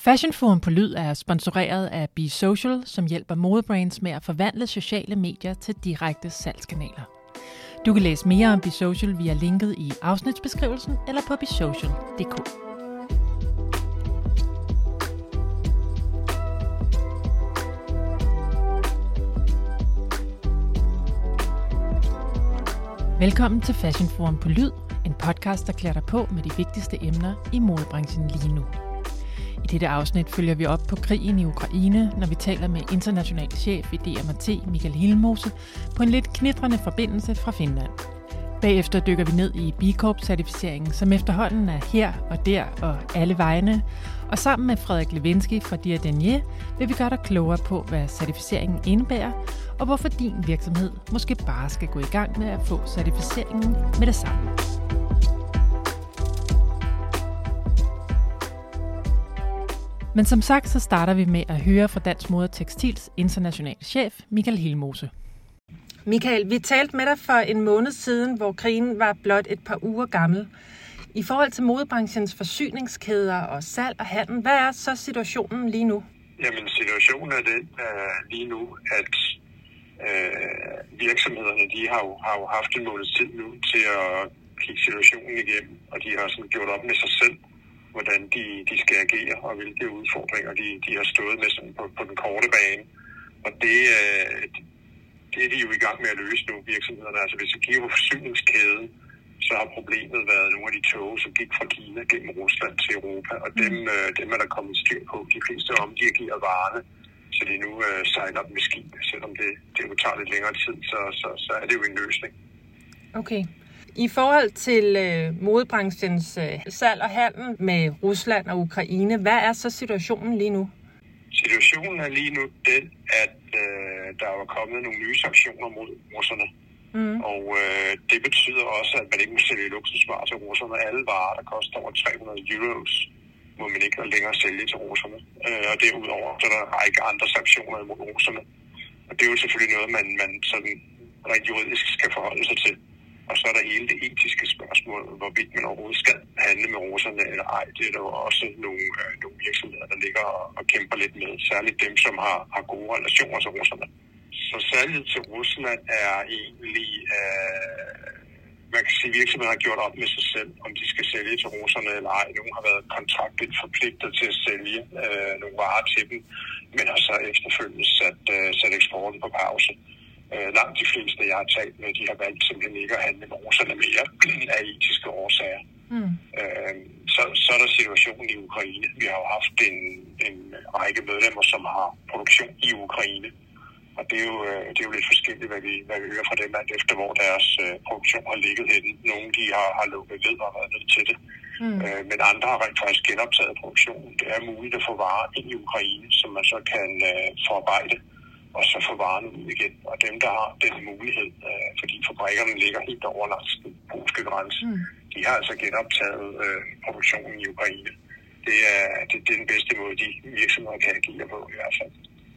Fashion Forum på Lyd er sponsoreret af Be Social, som hjælper modebrands med at forvandle sociale medier til direkte salgskanaler. Du kan læse mere om Be Social via linket i afsnitsbeskrivelsen eller på besocial.dk. Velkommen til Fashion Forum på Lyd, en podcast, der klæder dig på med de vigtigste emner i modebranchen lige nu. I dette afsnit følger vi op på krigen i Ukraine, når vi taler med international chef i DMRT, Michael Hilmose, på en lidt knitrende forbindelse fra Finland. Bagefter dykker vi ned i B Corp-certificeringen, som efterhånden er her og der og alle vegne. Og sammen med Frederik Lewinsky fra Dia Denier vil vi gøre dig klogere på, hvad certificeringen indebærer, og hvorfor din virksomhed måske bare skal gå i gang med at få certificeringen med det samme. Men som sagt, så starter vi med at høre fra Dansk Mode & Tekstils internationale chef, Michael Hilmose. Michael, vi talte med dig for en måned siden, hvor krigen var blot et par uger gammel. I forhold til modebranchens forsyningskæder og salg og handel, hvad er så situationen lige nu? Jamen, situationen er den lige nu, at virksomhederne har jo haft en måneds tid nu til at kigge situationen igennem, og de har sådan gjort op med sig selv, hvordan de skal agere, og hvilke udfordringer de har stået med sådan på den korte bane. Og det er de jo i gang med at løse nu, virksomhederne. Altså hvis vi kigger på forsyningskæden, så har problemet været nogle af de tog, som gik fra Kina gennem Rusland til Europa, og dem er der kommet styr på. De fleste omdirigerer varerne, så de nu sejler op med skib. Selvom det jo tager lidt længere tid, så er det jo en løsning. Okay. I forhold til modebranchens salg og handel med Rusland og Ukraine, hvad er så situationen lige nu? Situationen er lige nu den, at der er kommet nogle nye sanktioner mod russerne. Og det betyder også, at man ikke må sælge luksusvarer til russerne. Alle varer, der koster over 300 euros, må man ikke længere sælge til russerne. Og derudover så er der en række andre sanktioner imod russerne. Og det er jo selvfølgelig noget, man sådan rent juridisk skal forholde sig til. Og så er der hele det etiske spørgsmål, hvorvidt man overhovedet skal handle med russerne eller ej. Det er der jo også nogle virksomheder, der ligger og kæmper lidt med. Særligt dem, som har gode relationer til russerne. Så salget til Rusland er egentlig, man kan sige, at virksomheder har gjort op med sig selv, om de skal sælge til russerne eller ej. Nogle har været kontraktligt forpligtet til at sælge nogle varer til dem, men har så efterfølgende sat eksporten på pause. Langt de fleste, jeg har talt med, de har valgt simpelthen ikke at handle med russerne mere af etiske årsager. Så er der situationen i Ukraine. Vi har jo haft en række medlemmer, som har produktion i Ukraine. Og det er jo lidt forskelligt, hvad vi hører fra dem, alt efter hvor deres produktion har ligget henne. Nogle de har lukket ved og været nødt til det. Men andre har rent faktisk genoptaget produktionen. Det er muligt at få varer ind i Ukraine, som man så kan forarbejde og så få varerne ud igen. Og dem, der har den mulighed, fordi fabrikkerne ligger helt over langs den polske grænse, de har altså genoptaget produktionen i Ukraine. Det er den bedste måde, de virksomheder kan agere på i hvert fald.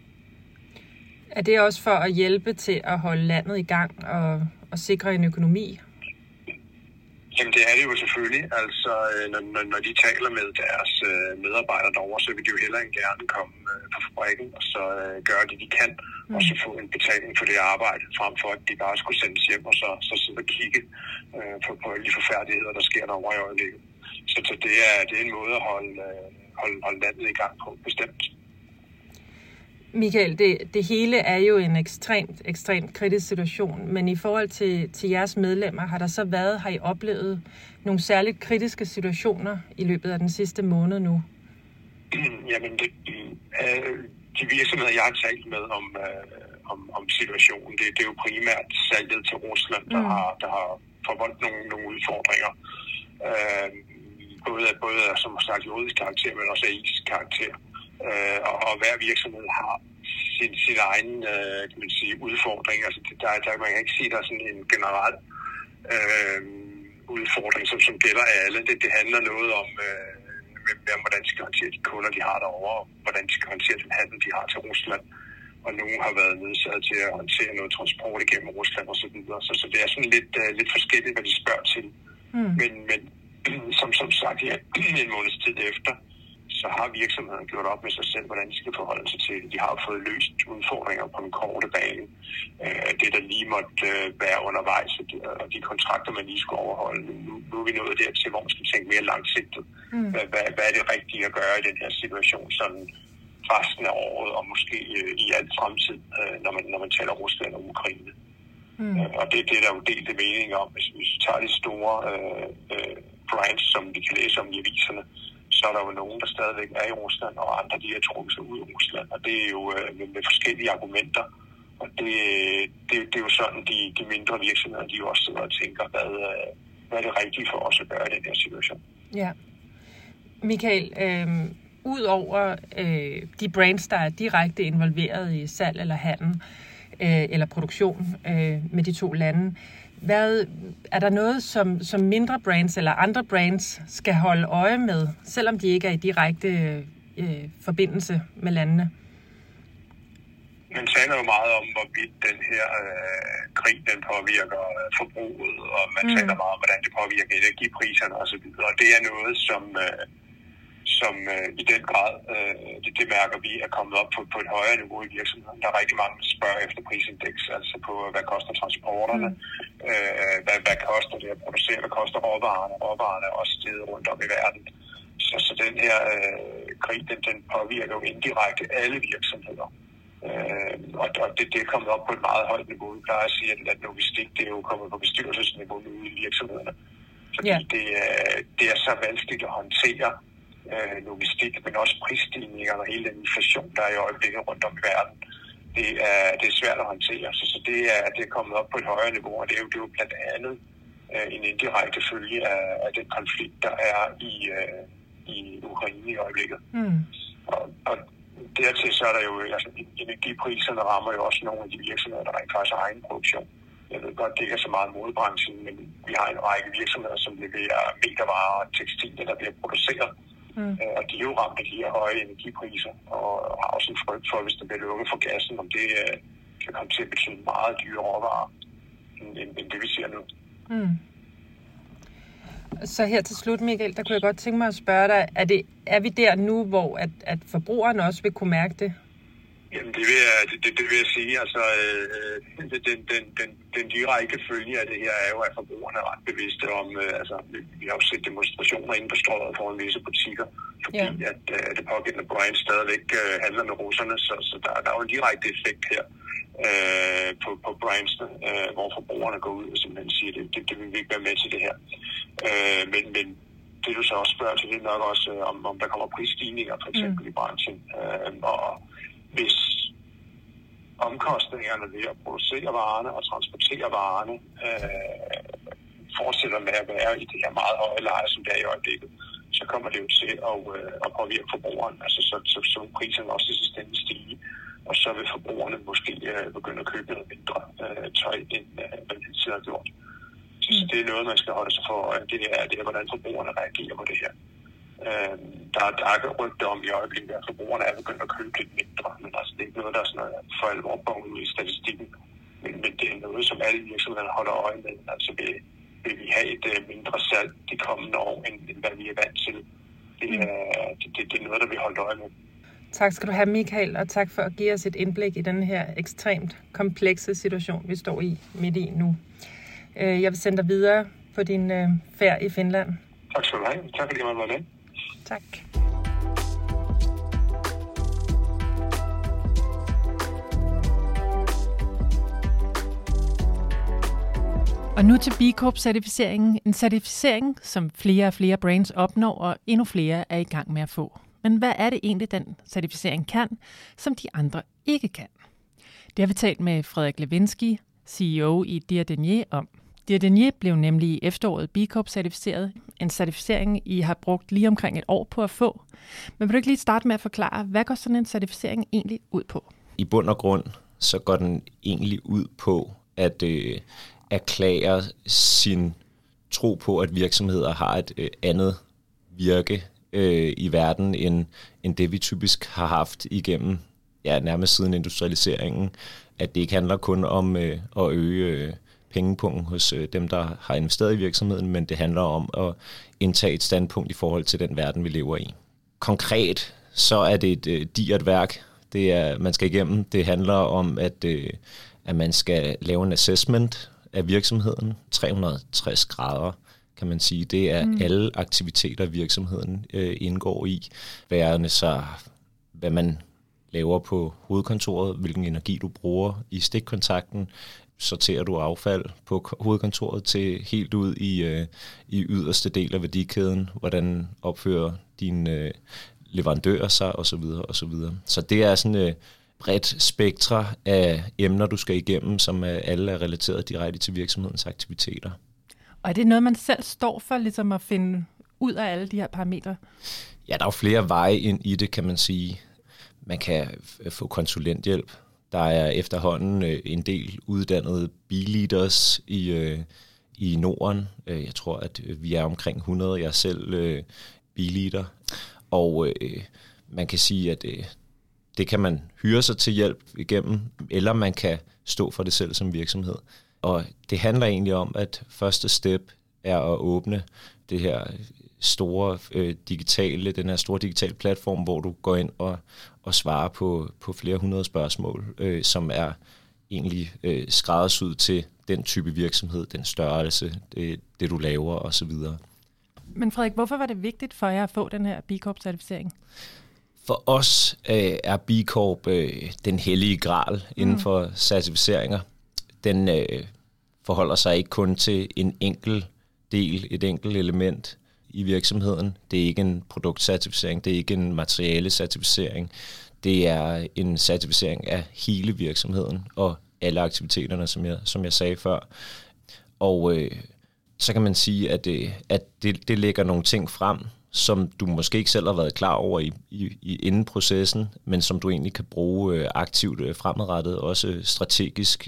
Er det også for at hjælpe til at holde landet i gang og sikre en økonomi? Jamen det er det jo selvfølgelig. Altså når de taler med deres medarbejdere derovre, så vil de jo hellere end gerne komme på fabrikken og så gøre det, de kan, og så få en betaling for det arbejde, frem for at de bare skulle sendes hjem og så sidde og kigge på alle de forfærdeligheder, der sker derovre i øjeblikket. Så det er en måde at holde landet i gang på, bestemt. Michael, det hele er jo en ekstremt kritisk situation, men i forhold til jeres medlemmer, har I oplevet nogle særligt kritiske situationer i løbet af den sidste måned nu? Jamen, de virksomheder, jeg har talt med om situationen, det er jo primært salget til Rusland, der har forvoldt nogle udfordringer. Både som sagt juridisk karakter, men også etisk karakter. Og hver virksomhed har sin egen kan man sige, udfordring. Altså, man kan ikke sige, at der er sådan en generel udfordring, som gælder alle. Det handler noget om, hvordan de skal håndtere de kunder, de har derovre, og hvordan de skal håndtere den handel, de har til Rusland. Og nogen har været nødsaget til at håndtere noget transport igennem Rusland og så videre. Så det er sådan lidt forskelligt, hvad de spørger til. Men som sagt, ja, en måneds tid efter, så har virksomheden gjort op med sig selv, hvordan de skal forholde sig til det. De har fået løst udfordringer på den korte bane. Det, der lige måtte være undervejs, og de kontrakter, man lige skulle overholde. Nu er vi nået dertil, hvor man skal tænke mere langsigtet. Hvad er det rigtige at gøre i den her situation, sådan resten af året, og måske i alt fremtid, når man taler Rusland og Ukraine. Og det er der jo delte meninger om. Hvis vi tager de store brands, som vi kan læse om i aviserne, så er der jo nogen, der stadigvæk er i Rusland, og andre, de er trukket sig ud af Rusland. Og det er jo med forskellige argumenter. Og det er jo sådan, de mindre virksomheder, de også sidder og tænker, hvad er det rigtige for os at gøre i den her situation. Ja. Michael, ud over de brands, der er direkte involveret i salg eller handel, eller produktion med de to lande, er der noget, som mindre brands eller andre brands skal holde øje med, selvom de ikke er i direkte forbindelse med landene? Man taler jo meget om, hvorvidt den her krig, den påvirker forbruget, og man taler meget om, hvordan det påvirker energipriserne osv. Og det er noget, som i den grad, det mærker vi, er kommet op på et højere niveau i virksomheden. Der er rigtig mange, der spørger efter prisindeks, altså på, hvad koster transporterne, hvad koster det at producere, hvad koster råvarerne. Råvarerne er også steget rundt om i verden. Så den her krig, den påvirker jo indirekte alle virksomheder. Og det er kommet op på et meget højt niveau. Vi plejer at sige, at logistik, det er jo kommet på bestyrelsesniveau nu i virksomhederne. Fordi det er så vanskeligt at håndtere logistik, men også prisstigninger og hele den inflation, der er i øjeblikket rundt om i verden. Det er svært at håndtere, så det er kommet op på et højere niveau, og det er jo blandt andet en indirekte følge af den konflikt, der er i Ukraine i øjeblikket. Og dertil så er der jo, altså energipriserne rammer jo også nogle af de virksomheder, der rent faktisk har egen produktion. Jeg ved godt, det ikke er så meget modebranchen, men vi har en række virksomheder, som leverer metervarer og tekstiler, der bliver produceret. Og de er jo ramt af de her høje energipriser, og har også en frygt for, hvis der bliver lukket for gassen, om det kan komme til at betyde meget dyre råvarer, end det vi ser nu. Så her til slut, Michael, der kunne jeg godt tænke mig at spørge dig, er vi der nu, hvor at forbrugerne også vil kunne mærke det? Jamen, det vil jeg sige. Altså, den direkte følge af det her er jo, at forbrugerne er ret bevidste om, vi har jo set demonstrationer inde på strøget foran visse butikker, fordi at det pågældende brand stadigvæk handler med russerne, så der er jo en direkte effekt her på brandsene, hvor forbrugerne går ud og simpelthen siger, det vil vi ikke være med til det her. Men det du så også spørger til, det er nok også, om der kommer prisstigninger, for eksempel i branchen, og hvis omkostningerne ved at producere varerne og transportere varerne fortsætter med at være i det her meget høje leje, som det er i øjeblikket, så kommer det jo til at påvirke forbrugeren. Altså så vil priserne også i sidste ende stige, og så vil forbrugerne måske begynde at købe noget mindre tøj, end man hidtil har gjort. Så det er noget, man skal holde sig for. Det er hvordan forbrugerne reagerer på det her. Der er rygter om i øjeblikket, at forbrugerne er begyndt at købe lidt mindre, men altså, det er ikke noget, der er sådan noget for alvor bunget i statistikken. Men det er noget, som alle virksomheder holder øje med. Altså vil vi have et mindre salg de kommende år, end hvad vi er vant til. Det er noget, der vi holder øje med. Tak skal du have, Michael, og tak for at give os et indblik i den her ekstremt komplekse situation, vi står i midt i nu. Jeg vil sende dig videre på din færd i Finland. Tak skal du have. Tak fordi jeg var med. Tak. Og nu til B Corp-certificeringen. En certificering, som flere og flere brands opnår, og endnu flere er i gang med at få. Men hvad er det egentlig, den certificering kan, som de andre ikke kan? Det har vi talt med Frederik Lewinsky, CEO i Dior Denier, om. Dior Denier blev nemlig i efteråret B Corp-certificeret. En certificering, I har brugt lige omkring et år på at få. Men vil du ikke lige starte med at forklare, hvad går sådan en certificering egentlig ud på? I bund og grund, så går den egentlig ud på at erklære sin tro på, at virksomheder har et andet virke i verden, end det vi typisk har haft igennem nærmest siden industrialiseringen. At det ikke handler kun om at øge pengepunkten hos dem, der har investeret i virksomheden, men det handler om at indtage et standpunkt i forhold til den verden, vi lever i. konkret, så er det et digert værk, man skal igennem. Det handler om, at man skal lave en assessment af virksomheden, 360 grader, kan man sige. Det er alle aktiviteter, virksomheden indgår i. Værende så, hvad man laver på hovedkontoret, hvilken energi du bruger i stikkontakten, sorterer du affald på hovedkontoret til helt ud i yderste del af værdikæden, hvordan opfører dine leverandører sig osv. osv. Så det er sådan et bredt spektre af emner, du skal igennem, som alle er relateret direkte til virksomhedens aktiviteter. Og er det noget, man selv står for, ligesom at finde ud af alle de her parametre? Ja, der er jo flere veje ind i det, kan man sige. Man kan få konsulenthjælp. Der er efterhånden en del uddannede B-leaders i Norden. Jeg tror, at vi er omkring 100. Jeg er selv B-leader. Og man kan sige, at det kan man hyre sig til hjælp igennem, eller man kan stå for det selv som virksomhed. Og det handler egentlig om, at første step er at åbne det her den her store digitale platform, hvor du går ind og svarer på flere hundrede spørgsmål, som er egentlig skræddersyet til den type virksomhed, den størrelse, det du laver osv. Men Frederik, hvorfor var det vigtigt for jer at få den her B Corp-certificering? For os er B Corp den hellige gral inden for certificeringer. Den forholder sig ikke kun til en enkelt del, et enkelt element i virksomheden. Det er ikke en produktcertificering, det er ikke en materialecertificering. Det er en certificering af hele virksomheden og alle aktiviteterne, som jeg sagde før. Og så kan man sige, at det lægger nogle ting frem, som du måske ikke selv har været klar over inden processen, men som du egentlig kan bruge aktivt fremadrettet, også strategisk.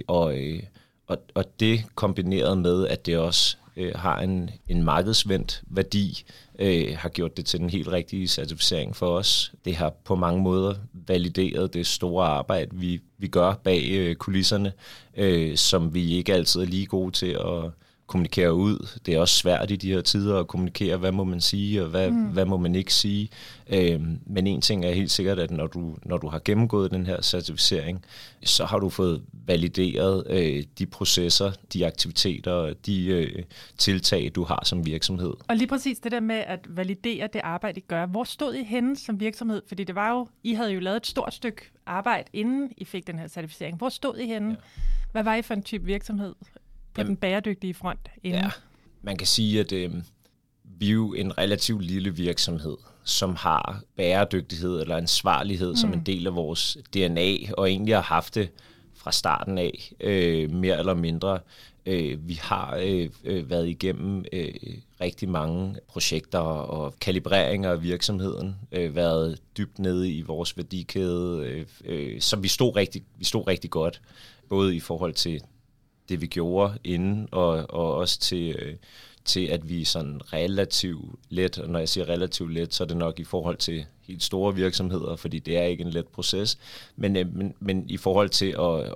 Og det kombineret med, at det også har en markedsvendt værdi, har gjort det til den helt rigtige certificering for os. Det har på mange måder valideret det store arbejde, vi gør bag kulisserne, som vi ikke altid er lige gode til at kommunikere ud. Det er også svært i de her tider at kommunikere, hvad må man sige, og hvad må man ikke sige. Men en ting er helt sikkert, at når du har gennemgået den her certificering, så har du fået valideret de processer, de aktiviteter, de tiltag, du har som virksomhed. Og lige præcis det der med at validere det arbejde, I gør. Hvor stod I henne som virksomhed? Fordi det var jo, I havde jo lavet et stort stykke arbejde, inden I fik den her certificering. Hvor stod I henne? Ja. Hvad var I for en type virksomhed på den bæredygtige front inden? Ja, man kan sige, at vi er jo en relativt lille virksomhed, som har bæredygtighed eller ansvarlighed som en del af vores DNA, og egentlig har haft det fra starten af, mere eller mindre. Vi har været igennem rigtig mange projekter og kalibreringer af virksomheden, været dybt nede i vores værdikæde, så vi stod rigtig godt, både i forhold til det, vi gjorde inden, og også til at vi sådan relativt let, og når jeg siger relativt let, så er det nok i forhold til helt store virksomheder, fordi det er ikke en let proces, men i forhold til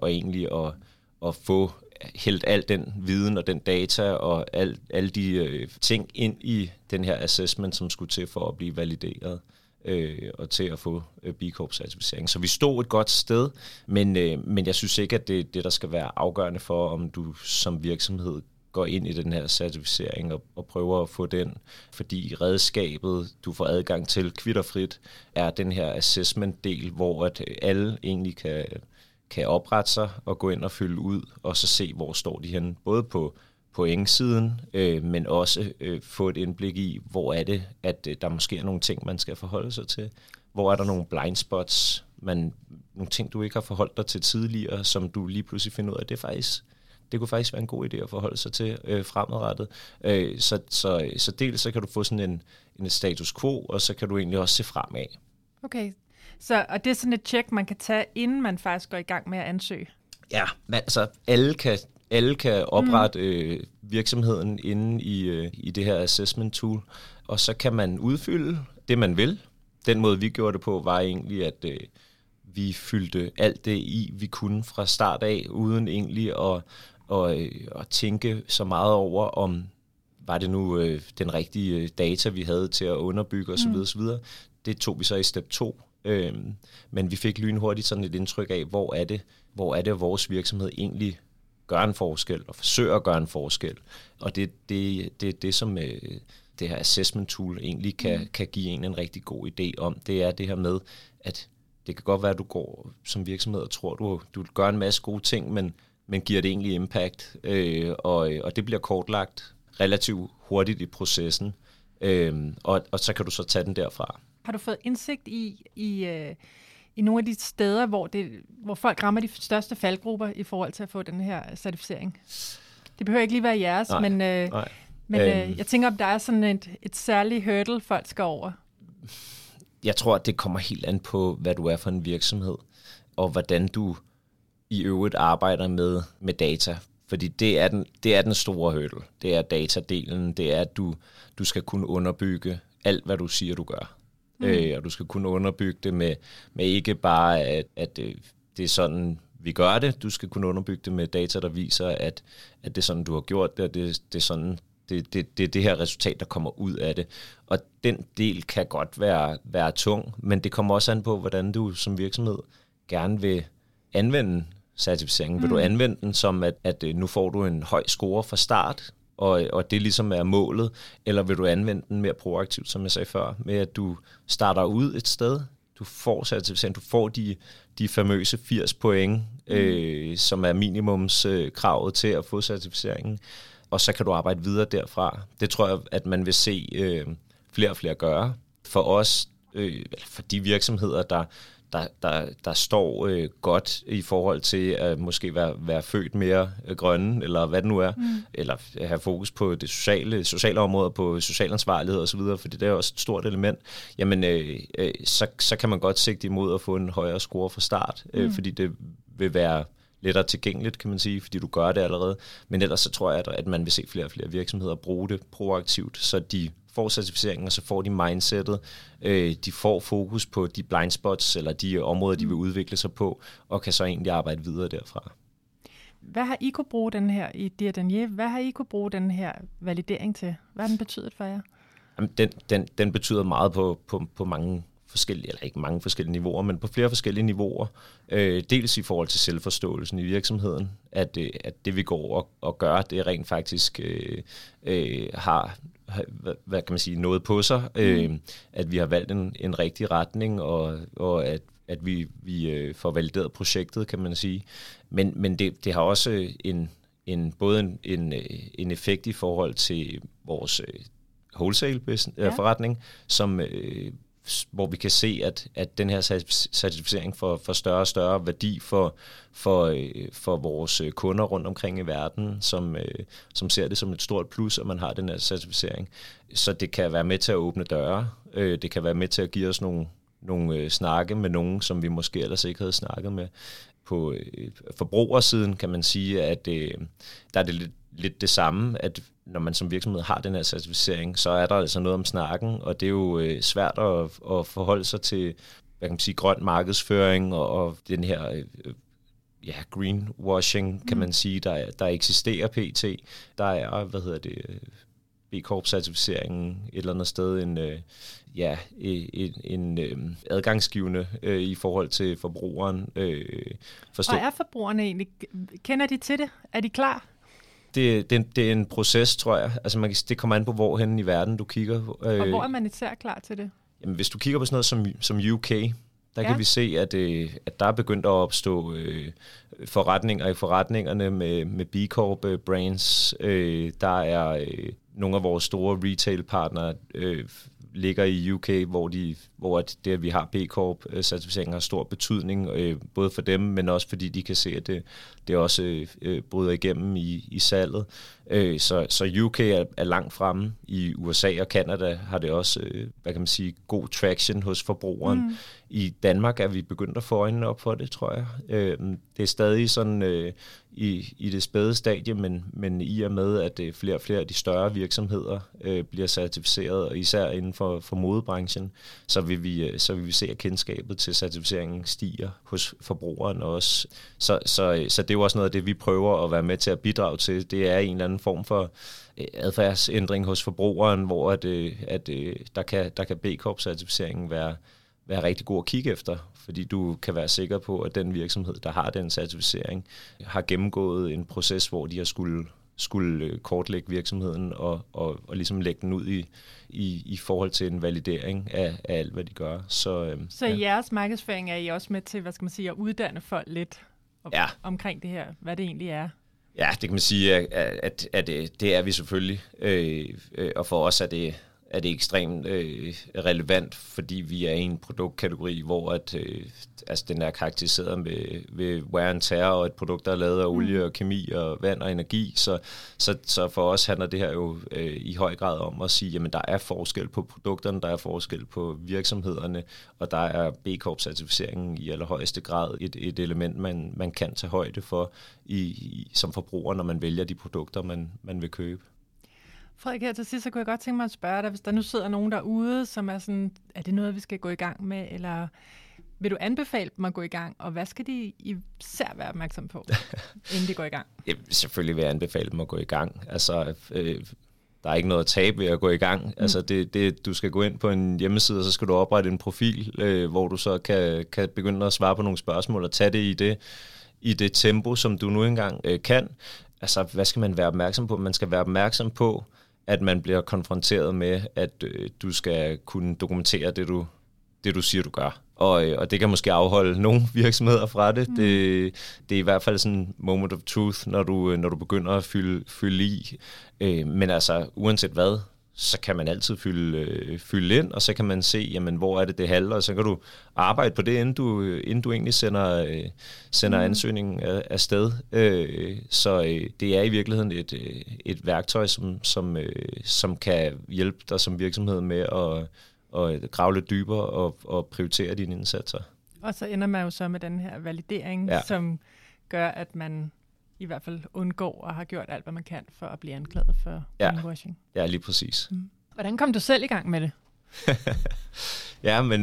at få hældt al den viden og den data og alle de ting ind i den her assessment, som skulle til for at blive valideret og til at få B Corp-certificering. Så vi stod et godt sted, men jeg synes ikke, at det er det, der skal være afgørende for, om du som virksomhed går ind i den her certificering og prøver at få den, fordi redskabet, du får adgang til kvitterfrit, er den her assessment-del, hvor at alle egentlig kan oprette sig og gå ind og fylde ud, og så se, hvor står de henne, både på pointsiden, men også få et indblik i, hvor er det, at der måske er nogle ting, man skal forholde sig til. Hvor er der nogle blind spots, nogle ting, du ikke har forholdt dig til tidligere, som du lige pludselig finder ud af, det kunne faktisk være en god idé at forholde sig til fremadrettet. Så dels så kan du få sådan en status quo, og så kan du egentlig også se fremad. Okay, og det er sådan et tjek, man kan tage, inden man faktisk går i gang med at ansøge? Ja, men altså alle kan oprette virksomheden inde i det her assessment tool, og så kan man udfylde det, man vil. Den måde, vi gjorde det på, var egentlig, at vi fyldte alt det i, vi kunne fra start af, uden egentlig at tænke så meget over, om var det nu den rigtige data, vi havde til at underbygge osv. osv. det tog vi så i step 2. Men vi fik lynhurtigt sådan et indtryk af, hvor er det vores virksomhed egentlig gør en forskel, og forsøger at gøre en forskel. Og det som det her assessment tool egentlig kan give en rigtig god idé om, det er det her med, at det kan godt være, at du går som virksomhed og tror, du vil gøre en masse gode ting, men giver det egentlig impact, og det bliver kortlagt relativt hurtigt i processen, og så kan du så tage den derfra. Har du fået indsigt i nogle af de steder, hvor folk rammer de største faldgrupper i forhold til at få den her certificering? Det behøver ikke lige være jeres, men jeg tænker, om der er sådan et særligt hurdle, folk skal over. Jeg tror, at det kommer helt an på, hvad du er for en virksomhed, og hvordan du i øvrigt arbejder med data. Fordi det er den store hurdle. Det er datadelen. Det er, at du skal kunne underbygge alt, hvad du siger, du gør. Og du skal kunne underbygge det med ikke bare, at det er sådan, vi gør det. Du skal kunne underbygge det med data, der viser, at det er sådan, du har gjort det, og det er sådan, det er det her resultat, der kommer ud af det. Og den del kan godt være tung, men det kommer også an på, hvordan du som virksomhed gerne vil anvende certificeringen. Vil du anvende den som, at nu får du en høj score fra start, og det ligesom er målet, eller vil du anvende den mere proaktivt, som jeg sagde før, med at du starter ud et sted, du får certificering, du får de famøse 80 point, som er minimumskravet til at få certificeringen, og så kan du arbejde videre derfra. Det tror jeg, at man vil se flere og flere gøre. For os, for de virksomheder, der står godt i forhold til at måske være født mere grønne, eller hvad det nu er, eller have fokus på det sociale områder, på social ansvarlighed osv., fordi det er også et stort element, jamen så kan man godt sigte imod at få en højere score fra start, fordi det vil være lettere tilgængeligt, kan man sige, fordi du gør det allerede. Men ellers så tror jeg, at man vil se flere og flere virksomheder bruge det proaktivt, så de får certificeringen, og så får de mindsetet, de får fokus på de blind spots, eller de områder, de vil udvikle sig på, og kan så egentlig arbejde videre derfra. Hvad har I kunne bruge den her i Dear Danier? Hvad har I kunne bruge den her validering til? Hvad har den betydet for jer? Jamen, den betyder meget på mange forskellige, eller ikke mange forskellige niveauer, men på flere forskellige niveauer. Dels i forhold til selvforståelsen i virksomheden, at det vi går og gør, det rent faktisk har, hvad kan man sige, noget på sig. At vi har valgt en rigtig retning, og at vi får valideret projektet, kan man sige. Men det har også både en effekt i forhold til vores wholesale forretning, som hvor vi kan se, at den her certificering får større og større værdi for vores kunder rundt omkring i verden, som ser det som et stort plus, at man har den her certificering. Så det kan være med til at åbne døre. Det kan være med til at give os nogle snakke med nogen, som vi måske ellers ikke havde snakket med. På forbrugersiden kan man sige, at der er det lidt det samme, at når man som virksomhed har den her certificering, så er der altså noget om snakken, og det er jo svært at forholde sig til, hvad kan man sige, grøn markedsføring og den her greenwashing, kan man sige, der eksisterer pt. Der er, B Corp-certificeringen et eller andet sted en adgangsgivende i forhold til forbrugeren. Og er forbrugerne egentlig, kender de til det? Er de klar? Det er en proces, tror jeg. Altså det kommer an på, hvorhen i verden du kigger. Og hvor er man især klar til det? Jamen, hvis du kigger på sådan noget som UK, der kan vi se, at der er begyndt at opstå forretninger i forretningerne med B Corp brands. Der er nogle af vores store retail-partnere ligger i UK, hvor det, at vi har B Corp-certificering har stor betydning, både for dem, men også fordi de kan se, at det også bryder igennem i salget. Så UK er langt fremme. I USA og Canada har det også, hvad kan man sige, god traction hos forbrugeren. i Danmark er vi begyndt at få øjnene op for det, tror jeg. Det er stadig sådan i det spæde stadie, men i og med, at flere og flere af de større virksomheder bliver certificeret, og især inden for modebranchen, så vil vi se, at kendskabet til certificeringen stiger hos forbrugeren også. Så det er jo også noget af det, vi prøver at være med til at bidrage til. Det er en eller anden form for adfærdsændring hos forbrugeren, hvor der kan B Corp-certificeringen være rigtig god at kigge efter, fordi du kan være sikker på, at den virksomhed, der har den certificering, har gennemgået en proces, hvor de har skulle kortlægge virksomheden og ligesom lægge den ud i forhold til en validering af alt, hvad de gør. Så i jeres markedsføring er I også med til, at uddanne folk lidt omkring det her, hvad det egentlig er? Ja, det kan man sige, at det er vi selvfølgelig, og for os er det ekstremt relevant, fordi vi er i en produktkategori, hvor den er karakteriseret ved wear and tear, og et produkt, der er lavet af olie og kemi og vand og energi. Så for os handler det her jo i høj grad om at sige, jamen der er forskel på produkterne, der er forskel på virksomhederne, og der er B Corp-certificeringen i allerhøjeste grad et element, man kan tage højde for som forbruger, når man vælger de produkter, man vil købe. Frederik, her til sidst, så kunne jeg godt tænke mig at spørge dig, hvis der nu sidder nogen derude, som er sådan, er det noget, vi skal gå i gang med, eller vil du anbefale dem at gå i gang, og hvad skal de især være opmærksom på, inden de går i gang? Selvfølgelig vil jeg anbefale dem at gå i gang. Altså, der er ikke noget at tabe ved at gå i gang. Altså, du skal gå ind på en hjemmeside, og så skal du oprette en profil, hvor du så kan begynde at svare på nogle spørgsmål, og tage det i det tempo, som du nu engang kan. Altså, hvad skal man være opmærksom på? Man skal være opmærksom på, at man bliver konfronteret med, at du skal kunne dokumentere det, du siger, du gør. Og det kan måske afholde nogle virksomheder fra det. Det er i hvert fald sådan en moment of truth, når du begynder at fylde i. Men altså, uanset hvad, så kan man altid fylde ind, og så kan man se, jamen, hvor er det halter, og så kan du arbejde på det, inden du egentlig sender ansøgningen afsted. Så det er i virkeligheden et værktøj, som kan hjælpe dig som virksomhed med at grave lidt dybere og prioritere dine indsatser. Og så ender man jo så med den her validering, som gør, at man i hvert fald undgår og har gjort alt, hvad man kan for at blive anklaget for greenwashing. Ja, lige præcis. Hvordan kom du selv i gang med det? Ja, men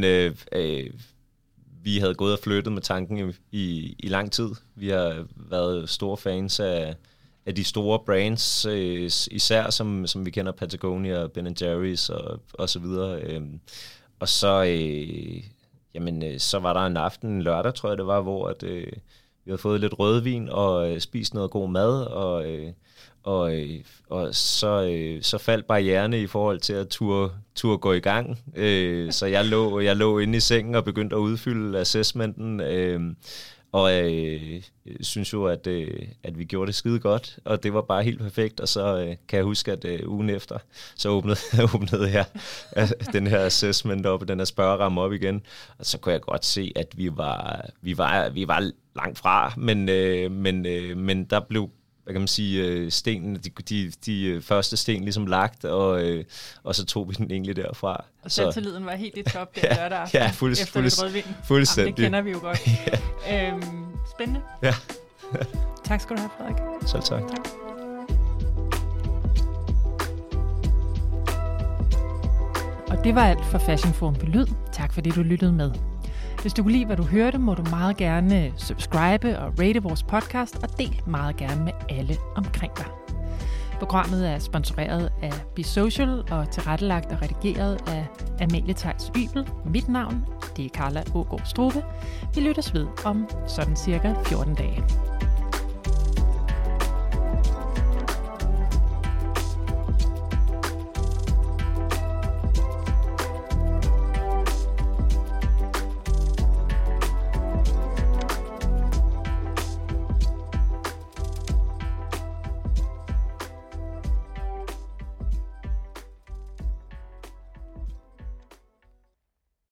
vi havde gået og flyttet med tanken i lang tid. Vi har været store fans af de store brands, især som vi kender Patagonia, Ben & Jerry's og så videre. Og så, så var der en aften, lørdag tror jeg det var, hvor vi havde fået lidt rødvin og spist noget god mad, og så faldt barriererne i forhold til at turde gå i gang. Så jeg lå inde i sengen og begyndte at udfylde assessmenten, og synes jo, at vi gjorde det skide godt, og det var bare helt perfekt. Og så kan jeg huske, at ugen efter, så åbnede jeg den her assessment op, og den her spørgeramme op igen, og så kunne jeg godt se, at vi var langt fra, men der blev, hvad kan man sige, stenene, de første sten ligesom lagt, og så tog vi den egentlig derfra. Og selvtilliden var helt i top den lørdag aften, efter lidt rødvin. Fuldstændig. Det kender vi jo godt. Spændende. Ja. Tak skal du have, Frederik. Selv tak. Og det var alt for Fashion Forum på Lyd. Tak fordi du lyttede med. Hvis du kunne lide, hvad du hørte, må du meget gerne subscribe og rate vores podcast, og del meget gerne med alle omkring dig. Programmet er sponsoreret af Be Social og tilrettelagt og redigeret af Amalie Theils Ybel. Mit navn, det er Carla Aagaard Strube. Vi lyttes ved om sådan cirka 14 dage.